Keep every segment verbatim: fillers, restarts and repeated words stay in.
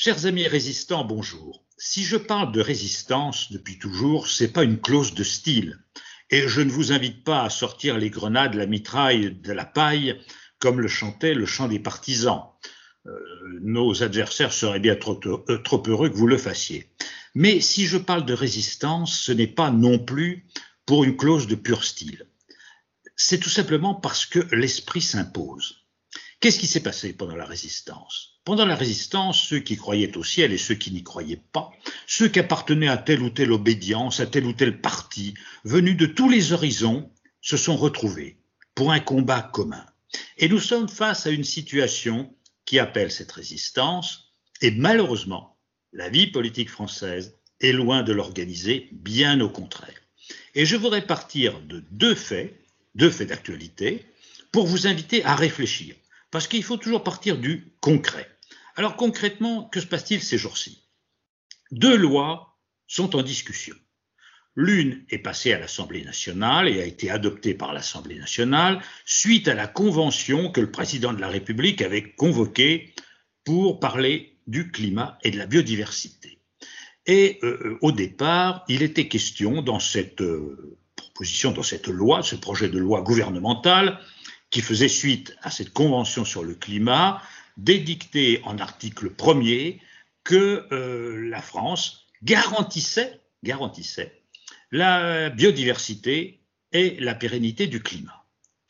Chers amis résistants, bonjour. Si je parle de résistance depuis toujours, ce n'est pas une clause de style. Et je ne vous invite pas à sortir les grenades, la mitraille, de la paille, comme le chantait le chant des partisans. Euh, nos adversaires seraient bien trop, trop heureux que vous le fassiez. Mais si je parle de résistance, ce n'est pas non plus pour une clause de pur style. C'est tout simplement parce que l'esprit s'impose. Qu'est-ce qui s'est passé pendant la résistance? Pendant la résistance, ceux qui croyaient au ciel et ceux qui n'y croyaient pas, ceux qui appartenaient à telle ou telle obédience, à tel ou tel parti, venus de tous les horizons, se sont retrouvés pour un combat commun. Et nous sommes face à une situation qui appelle cette résistance, et malheureusement, la vie politique française est loin de l'organiser, bien au contraire. Et je voudrais partir de deux faits, deux faits d'actualité, pour vous inviter à réfléchir. Parce qu'il faut toujours partir du concret. Alors concrètement, que se passe-t-il ces jours-ci? Deux lois sont en discussion. L'une est passée à l'Assemblée nationale et a été adoptée par l'Assemblée nationale suite à la convention que le président de la République avait convoquée pour parler du climat et de la biodiversité. Et euh, au départ, il était question dans cette euh, proposition, dans cette loi, ce projet de loi gouvernemental, qui faisait suite à cette convention sur le climat, d'édicter en article premier que euh, la France garantissait, garantissait la biodiversité et la pérennité du climat.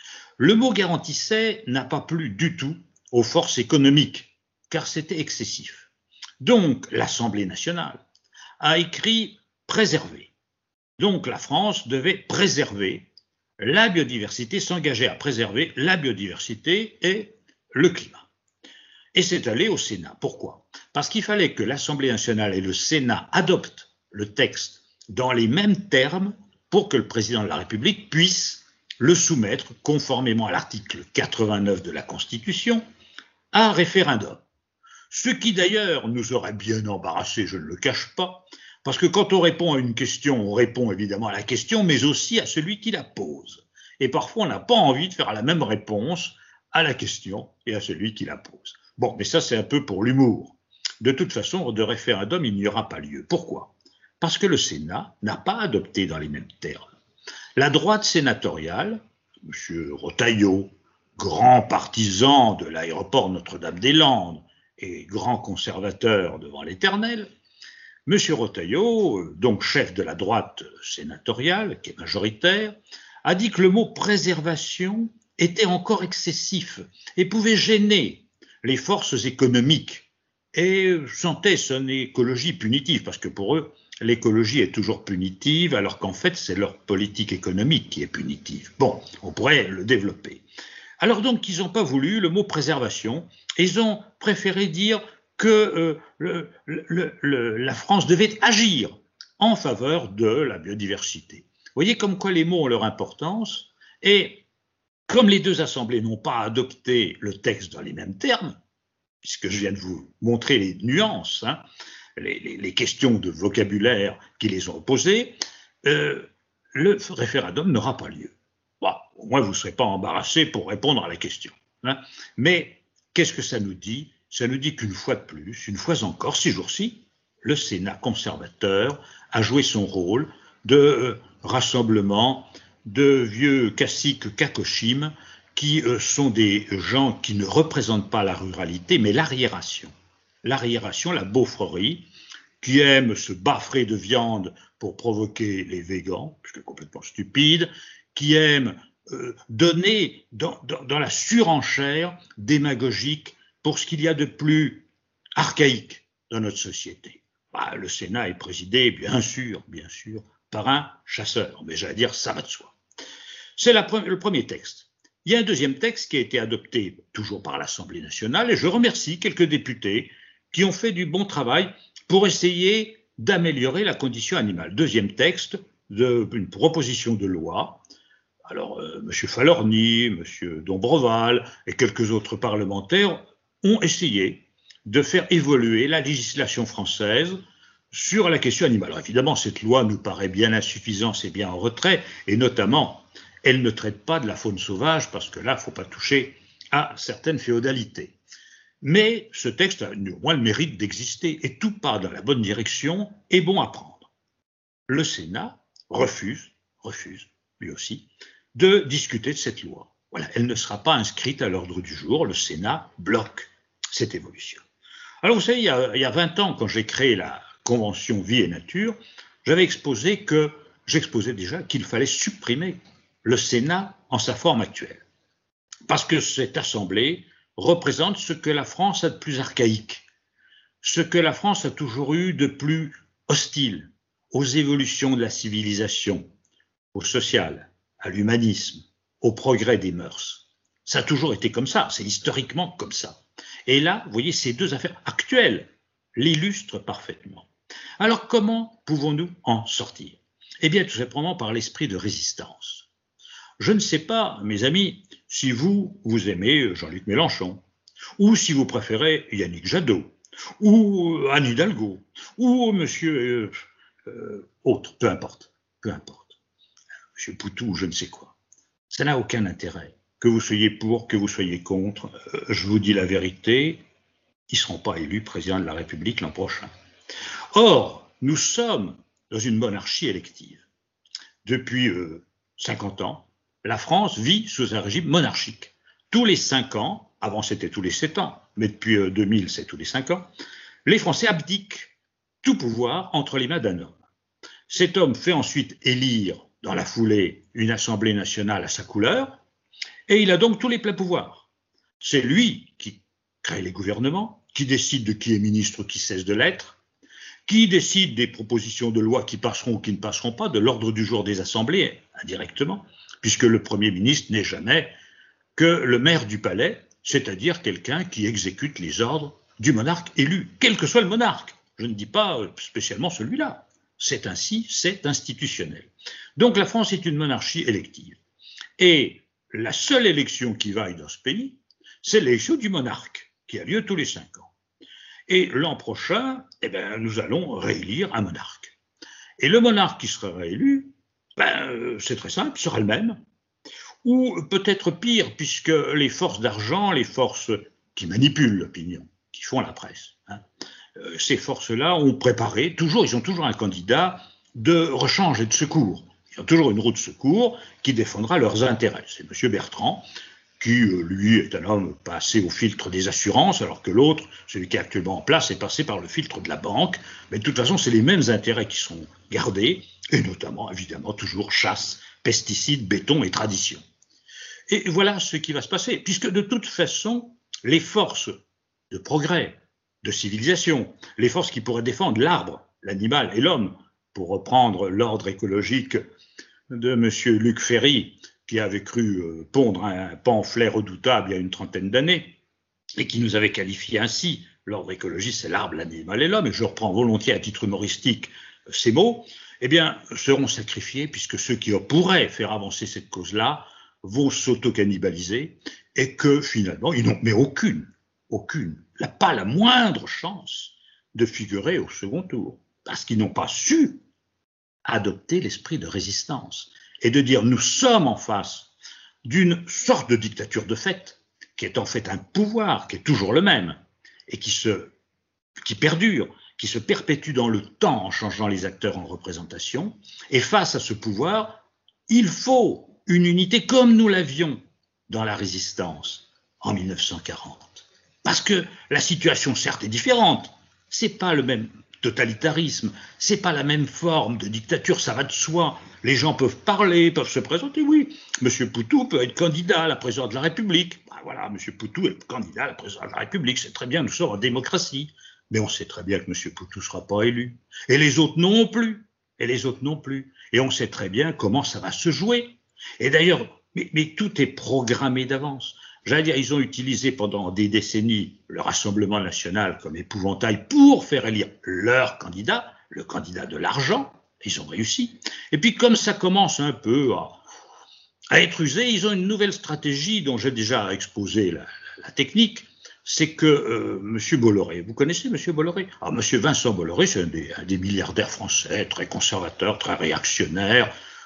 Le mot garantissait n'a pas plu du tout aux forces économiques, car c'était excessif. Donc l'Assemblée nationale a écrit préserver. Donc la France devait préserver la biodiversité, s'engager à préserver la biodiversité et le climat. Et c'est allé au Sénat. Pourquoi? Parce qu'il fallait que l'Assemblée nationale et le Sénat adoptent le texte dans les mêmes termes pour que le président de la République puisse le soumettre, conformément à l'article quatre-vingt-neuf de la Constitution, à un référendum. Ce qui d'ailleurs nous aurait bien embarrassés, je ne le cache pas, parce que quand on répond à une question, on répond évidemment à la question, mais aussi à celui qui la pose. Et parfois, on n'a pas envie de faire la même réponse à la question et à celui qui la pose. Bon, mais ça, c'est un peu pour l'humour. De toute façon, de référendum, il n'y aura pas lieu. Pourquoi? Parce que le Sénat n'a pas adopté dans les mêmes termes. La droite sénatoriale, M. Retailleau, grand partisan de l'aéroport Notre-Dame-des-Landes et grand conservateur devant l'Éternel, M. Retailleau, donc chef de la droite sénatoriale, qui est majoritaire, a dit que le mot préservation était encore excessif et pouvait gêner les forces économiques et sentait son écologie punitive, parce que pour eux, l'écologie est toujours punitive, alors qu'en fait, c'est leur politique économique qui est punitive. Bon, on pourrait le développer. Alors donc, ils n'ont pas voulu le mot préservation, et ils ont préféré dire que euh, le, le, le, la France devait agir en faveur de la biodiversité. Vous voyez comme quoi les mots ont leur importance, et comme les deux assemblées n'ont pas adopté le texte dans les mêmes termes, puisque je viens de vous montrer les nuances, hein, les, les, les questions de vocabulaire qui les ont posées, euh, le référendum n'aura pas lieu. Bon, au moins vous ne serez pas embarrassés pour répondre à la question. Hein. Mais qu'est-ce que ça nous dit? Ça nous dit qu'une fois de plus, une fois encore, ces jours-ci, le Sénat conservateur a joué son rôle de euh, rassemblement de vieux caciques cacochymes qui euh, sont des gens qui ne représentent pas la ruralité, mais l'arriération. L'arriération, la beaufrerie, qui aime se baffrer de viande pour provoquer les végans, parce que complètement stupide, qui aime euh, donner dans, dans, dans la surenchère démagogique pour ce qu'il y a de plus archaïque dans notre société. Bah, le Sénat est présidé, bien sûr, bien sûr, par un chasseur, mais j'allais dire, ça va de soi. C'est la, le premier texte. Il y a un deuxième texte qui a été adopté toujours par l'Assemblée nationale, et je remercie quelques députés qui ont fait du bon travail pour essayer d'améliorer la condition animale. Deuxième texte, de, une proposition de loi. Alors, euh, M. Falorni, M. Dombreval et quelques autres parlementaires ont essayé de faire évoluer la législation française sur la question animale. Alors, évidemment, cette loi nous paraît bien insuffisante et bien en retrait, et notamment, elle ne traite pas de la faune sauvage, parce que là, il ne faut pas toucher à certaines féodalités. Mais ce texte a néanmoins le mérite d'exister et tout part dans la bonne direction est bon à prendre. Le Sénat refuse, refuse lui aussi, de discuter de cette loi. Voilà, elle ne sera pas inscrite à l'ordre du jour. Le Sénat bloque cette évolution. Alors vous savez, il y a, il y a vingt ans, quand j'ai créé la Convention Vie et Nature, j'avais exposé que, j'exposais déjà qu'il fallait supprimer le Sénat en sa forme actuelle. Parce que cette assemblée représente ce que la France a de plus archaïque, ce que la France a toujours eu de plus hostile aux évolutions de la civilisation, au social, à l'humanisme, au progrès des mœurs. Ça a toujours été comme ça, c'est historiquement comme ça. Et là, vous voyez, ces deux affaires actuelles l'illustrent parfaitement. Alors comment pouvons-nous en sortir? Eh bien, tout simplement par l'esprit de résistance. Je ne sais pas, mes amis, si vous, vous aimez Jean-Luc Mélenchon, ou si vous préférez Yannick Jadot, ou Anne Hidalgo, ou monsieur euh, euh, autre, peu importe, peu importe, monsieur Poutou, je ne sais quoi. Ça n'a aucun intérêt. Que vous soyez pour, que vous soyez contre, euh, je vous dis la vérité, ils ne seront pas élus président de la République l'an prochain. Or, nous sommes dans une monarchie élective. Depuis euh, cinquante ans, la France vit sous un régime monarchique. Tous les cinq ans, avant c'était tous les sept ans, mais depuis euh, deux mille c'est tous les cinq ans, les Français abdiquent tout pouvoir entre les mains d'un homme. Cet homme fait ensuite élire dans la foulée une assemblée nationale à sa couleur, et il a donc tous les pleins pouvoirs. C'est lui qui crée les gouvernements, qui décide de qui est ministre ou qui cesse de l'être, qui décide des propositions de loi qui passeront ou qui ne passeront pas, de l'ordre du jour des assemblées, indirectement, puisque le Premier ministre n'est jamais que le maire du palais, c'est-à-dire quelqu'un qui exécute les ordres du monarque élu, quel que soit le monarque. Je ne dis pas spécialement celui-là. C'est ainsi, c'est institutionnel. Donc la France est une monarchie élective. Et la seule élection qui vaille dans ce pays, c'est l'élection du monarque, qui a lieu tous les cinq ans. Et l'an prochain, eh ben, nous allons réélire un monarque. Et le monarque qui sera réélu, ben, c'est très simple, sera le même. Ou peut-être pire, puisque les forces d'argent, les forces qui manipulent l'opinion, qui font la presse, hein, euh, ces forces-là ont préparé, toujours, ils ont toujours un candidat de rechange et de secours. Ils ont toujours une roue de secours qui défendra leurs intérêts. C'est M. Bertrand, qui, euh, lui, est un homme passé au filtre des assurances, alors que l'autre, celui qui est actuellement en place, est passé par le filtre de la banque. Mais de toute façon, c'est les mêmes intérêts qui sont gardés, et notamment, évidemment, toujours chasse, pesticides, béton et tradition. Et voilà ce qui va se passer, puisque de toute façon, les forces de progrès, de civilisation, les forces qui pourraient défendre l'arbre, l'animal et l'homme, pour reprendre l'ordre écologique de M. Luc Ferry, qui avait cru pondre un pamphlet redoutable il y a une trentaine d'années, et qui nous avait qualifié ainsi, l'ordre écologiste, c'est l'arbre, l'animal et l'homme, et je reprends volontiers à titre humoristique ces mots, eh bien, seront sacrifiés, puisque ceux qui pourraient faire avancer cette cause-là vont s'auto-cannibaliser, et que finalement, ils n'ont mais aucune, aucune, pas la moindre chance de figurer au second tour, parce qu'ils n'ont pas su adopter l'esprit de résistance, et de dire nous sommes en face d'une sorte de dictature de fait, qui est en fait un pouvoir qui est toujours le même, et qui, se, qui perdure, qui se perpétue dans le temps en changeant les acteurs en représentation, et face à ce pouvoir, il faut une unité comme nous l'avions dans la résistance en mille neuf cent quarante. Parce que la situation, certes, est différente, c'est pas le même totalitarisme, c'est pas la même forme de dictature, ça va de soi. Les gens peuvent parler, peuvent se présenter, oui. M. Poutou peut être candidat à la présidence de la République. Ben voilà, M. Poutou est candidat à la présidence de la République, c'est très bien, nous sommes en démocratie. Mais on sait très bien que M. Poutou ne sera pas élu. Et les autres non plus. Et les autres non plus. Et on sait très bien comment ça va se jouer. Et d'ailleurs, mais, mais tout est programmé d'avance. J'allais dire, ils ont utilisé pendant des décennies le Rassemblement national comme épouvantail pour faire élire leur candidat, le candidat de l'argent. Ils ont réussi. Et puis comme ça commence un peu à, à être usé, ils ont une nouvelle stratégie dont j'ai déjà exposé la, la, la technique. C'est que euh, M. Bolloré, vous connaissez M. Bolloré? Ah, M. Vincent Bolloré, c'est un des, un des milliardaires français, très conservateur, très réactionnaire,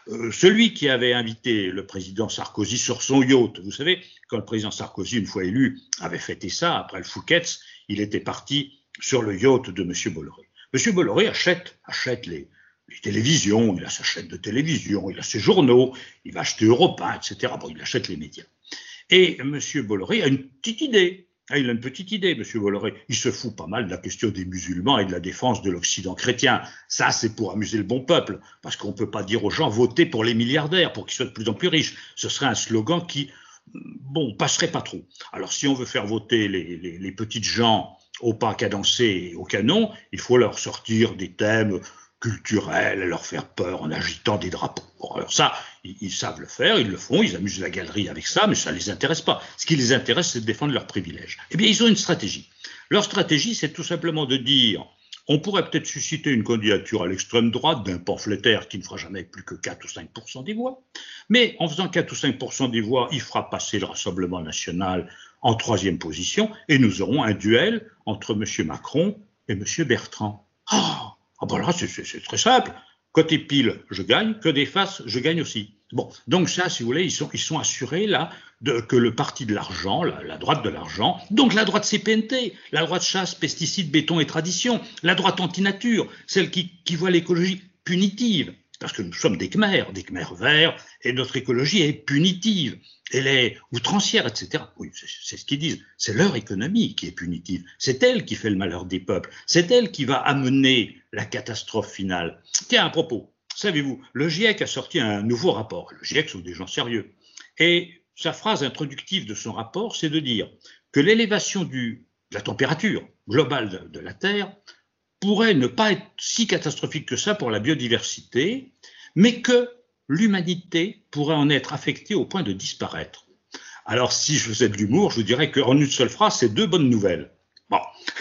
euh, celui qui avait invité le président Sarkozy sur son yacht. Vous savez, quand le président Sarkozy, une fois élu, avait fêté ça, après le Fouquet's, il était parti sur le yacht de M. Bolloré. M. Bolloré achète, achète les, les télévisions, il a sa chaîne de télévision, il a ses journaux, il va acheter Europe un, et cetera. Bon, il achète les médias. Et M. Bolloré a une petite idée. Ah, il a une petite idée, M. Bolloré. Il se fout pas mal de la question des musulmans et de la défense de l'Occident chrétien. Ça, c'est pour amuser le bon peuple, parce qu'on ne peut pas dire aux gens votez pour les milliardaires, pour qu'ils soient de plus en plus riches. Ce serait un slogan qui, bon, passerait pas trop. Alors, si on veut faire voter les, les, les petites gens au pas cadencé et au canon, il faut leur sortir des thèmes culturels, leur faire peur en agitant des drapeaux. Bon, alors ça, ils, ils savent le faire, ils le font, ils amusent la galerie avec ça, mais ça ne les intéresse pas. Ce qui les intéresse, c'est de défendre leurs privilèges. Eh bien, ils ont une stratégie. Leur stratégie, c'est tout simplement de dire, on pourrait peut-être susciter une candidature à l'extrême droite d'un pamphlétaire qui ne fera jamais plus que quatre ou cinq pour cent des voix, mais en faisant quatre ou cinq pour cent des voix, il fera passer le Rassemblement national en troisième position, et nous aurons un duel entre M. Macron et M. Bertrand. Ah, oh, bon là, c'est très simple. Côté pile, je gagne. Côté face, je gagne aussi. Bon, donc ça, si vous voulez, ils sont, ils sont assurés là de, que le parti de l'argent, la, la droite de l'argent, donc la droite C P N T, la droite chasse, pesticides, béton et tradition, la droite anti-nature, celle qui, qui voit l'écologie punitive, parce que nous sommes des Khmers, des Khmers verts, et notre écologie est punitive, elle est outrancière, et cetera. Oui, c'est ce qu'ils disent. C'est leur économie qui est punitive. C'est elle qui fait le malheur des peuples. C'est elle qui va amener la catastrophe finale. Tiens, à propos, savez-vous, le GIEC a sorti un nouveau rapport. Le GIEC sont des gens sérieux. Et sa phrase introductive de son rapport, c'est de dire que l'élévation de la température globale de, de la Terre pourrait ne pas être si catastrophique que ça pour la biodiversité, mais que l'humanité pourrait en être affectée au point de disparaître. Alors, si je faisais de l'humour, je vous dirais qu'en une seule phrase, c'est deux bonnes nouvelles. Bon,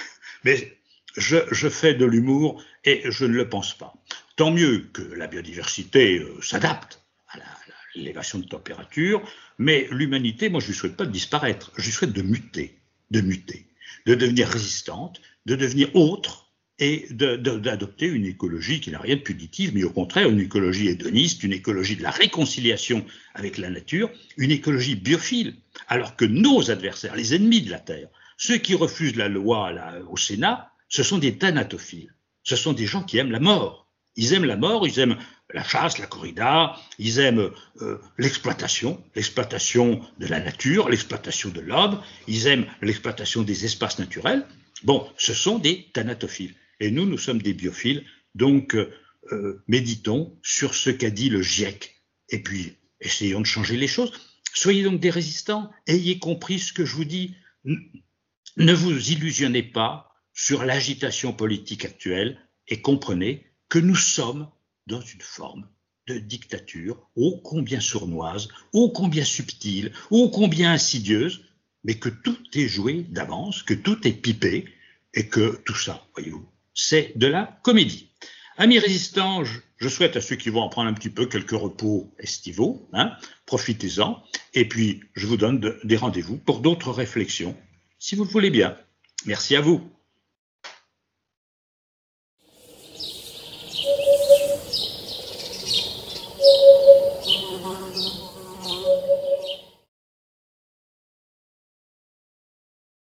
mais je, je fais de l'humour et je ne le pense pas. Tant mieux que la biodiversité euh, s'adapte à l'élévation de température, mais l'humanité, moi, je ne lui souhaite pas de disparaître, je lui souhaite de muter, de muter, de devenir résistante, de devenir autre, et d'adopter une écologie qui n'a rien de punitive, mais au contraire une écologie hédoniste, une écologie de la réconciliation avec la nature, une écologie biophile, alors que nos adversaires, les ennemis de la Terre, ceux qui refusent la loi là, au Sénat, ce sont des thanatophiles, ce sont des gens qui aiment la mort. Ils aiment la mort, ils aiment la chasse, la corrida, ils aiment euh, l'exploitation, l'exploitation de la nature, l'exploitation de l'homme, ils aiment l'exploitation des espaces naturels. Bon, ce sont des thanatophiles. Et nous, nous sommes des biophiles, donc euh, méditons sur ce qu'a dit le GIEC. Et puis, essayons de changer les choses. Soyez donc des résistants, ayez compris ce que je vous dis. Ne vous illusionnez pas sur l'agitation politique actuelle et comprenez que nous sommes dans une forme de dictature ô combien sournoise, ô combien subtile, ô combien insidieuse, mais que tout est joué d'avance, que tout est pipé et que tout ça, voyez-vous, c'est de la comédie. Amis résistants, je, je souhaite à ceux qui vont en prendre un petit peu quelques repos estivaux, hein, profitez-en, et puis je vous donne de, des rendez-vous pour d'autres réflexions, si vous le voulez bien. Merci à vous.